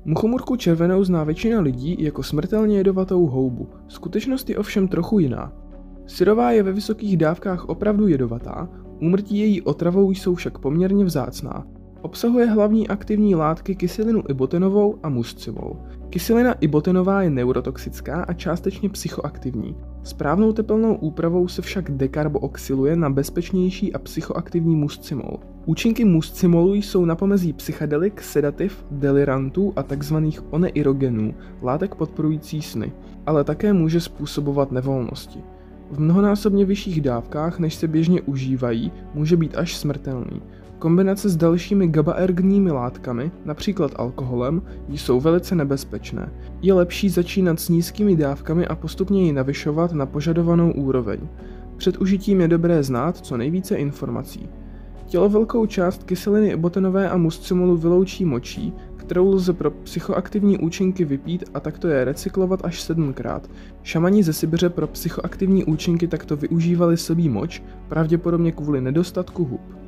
Muchomurku červenou zná většina lidí jako smrtelně jedovatou houbu. Skutečnost je ovšem trochu jiná. Syrová je ve vysokých dávkách opravdu jedovatá, úmrtí její otravou jsou však poměrně vzácná. Obsahuje hlavní aktivní látky kyselinu ibotenovou a muscimol. Kyselina ibotenová je neurotoxická a částečně psychoaktivní. Správnou tepelnou úpravou se však dekarbooxyluje na bezpečnější a psychoaktivní muscimol. Účinky muscimolu jsou na pomezí psychedelik, sedativ, delirantů a tzv. Oneirogenů, látek podporující sny, ale také může způsobovat nevolnosti. V mnohonásobně vyšších dávkách, než se běžně užívají, může být až smrtelný. Kombinace s dalšími GABAergními látkami, například alkoholem, jsou velice nebezpečné. Je lepší začínat s nízkými dávkami a postupně ji navyšovat na požadovanou úroveň. Před užitím je dobré znát co nejvíce informací. Tělo velkou část kyseliny ibotenové a muscimolu vyloučí močí, kterou lze pro psychoaktivní účinky vypít a takto je recyklovat až 7krát. Šamani ze Sibiře pro psychoaktivní účinky takto využívali sobí moč, pravděpodobně kvůli nedostatku hub.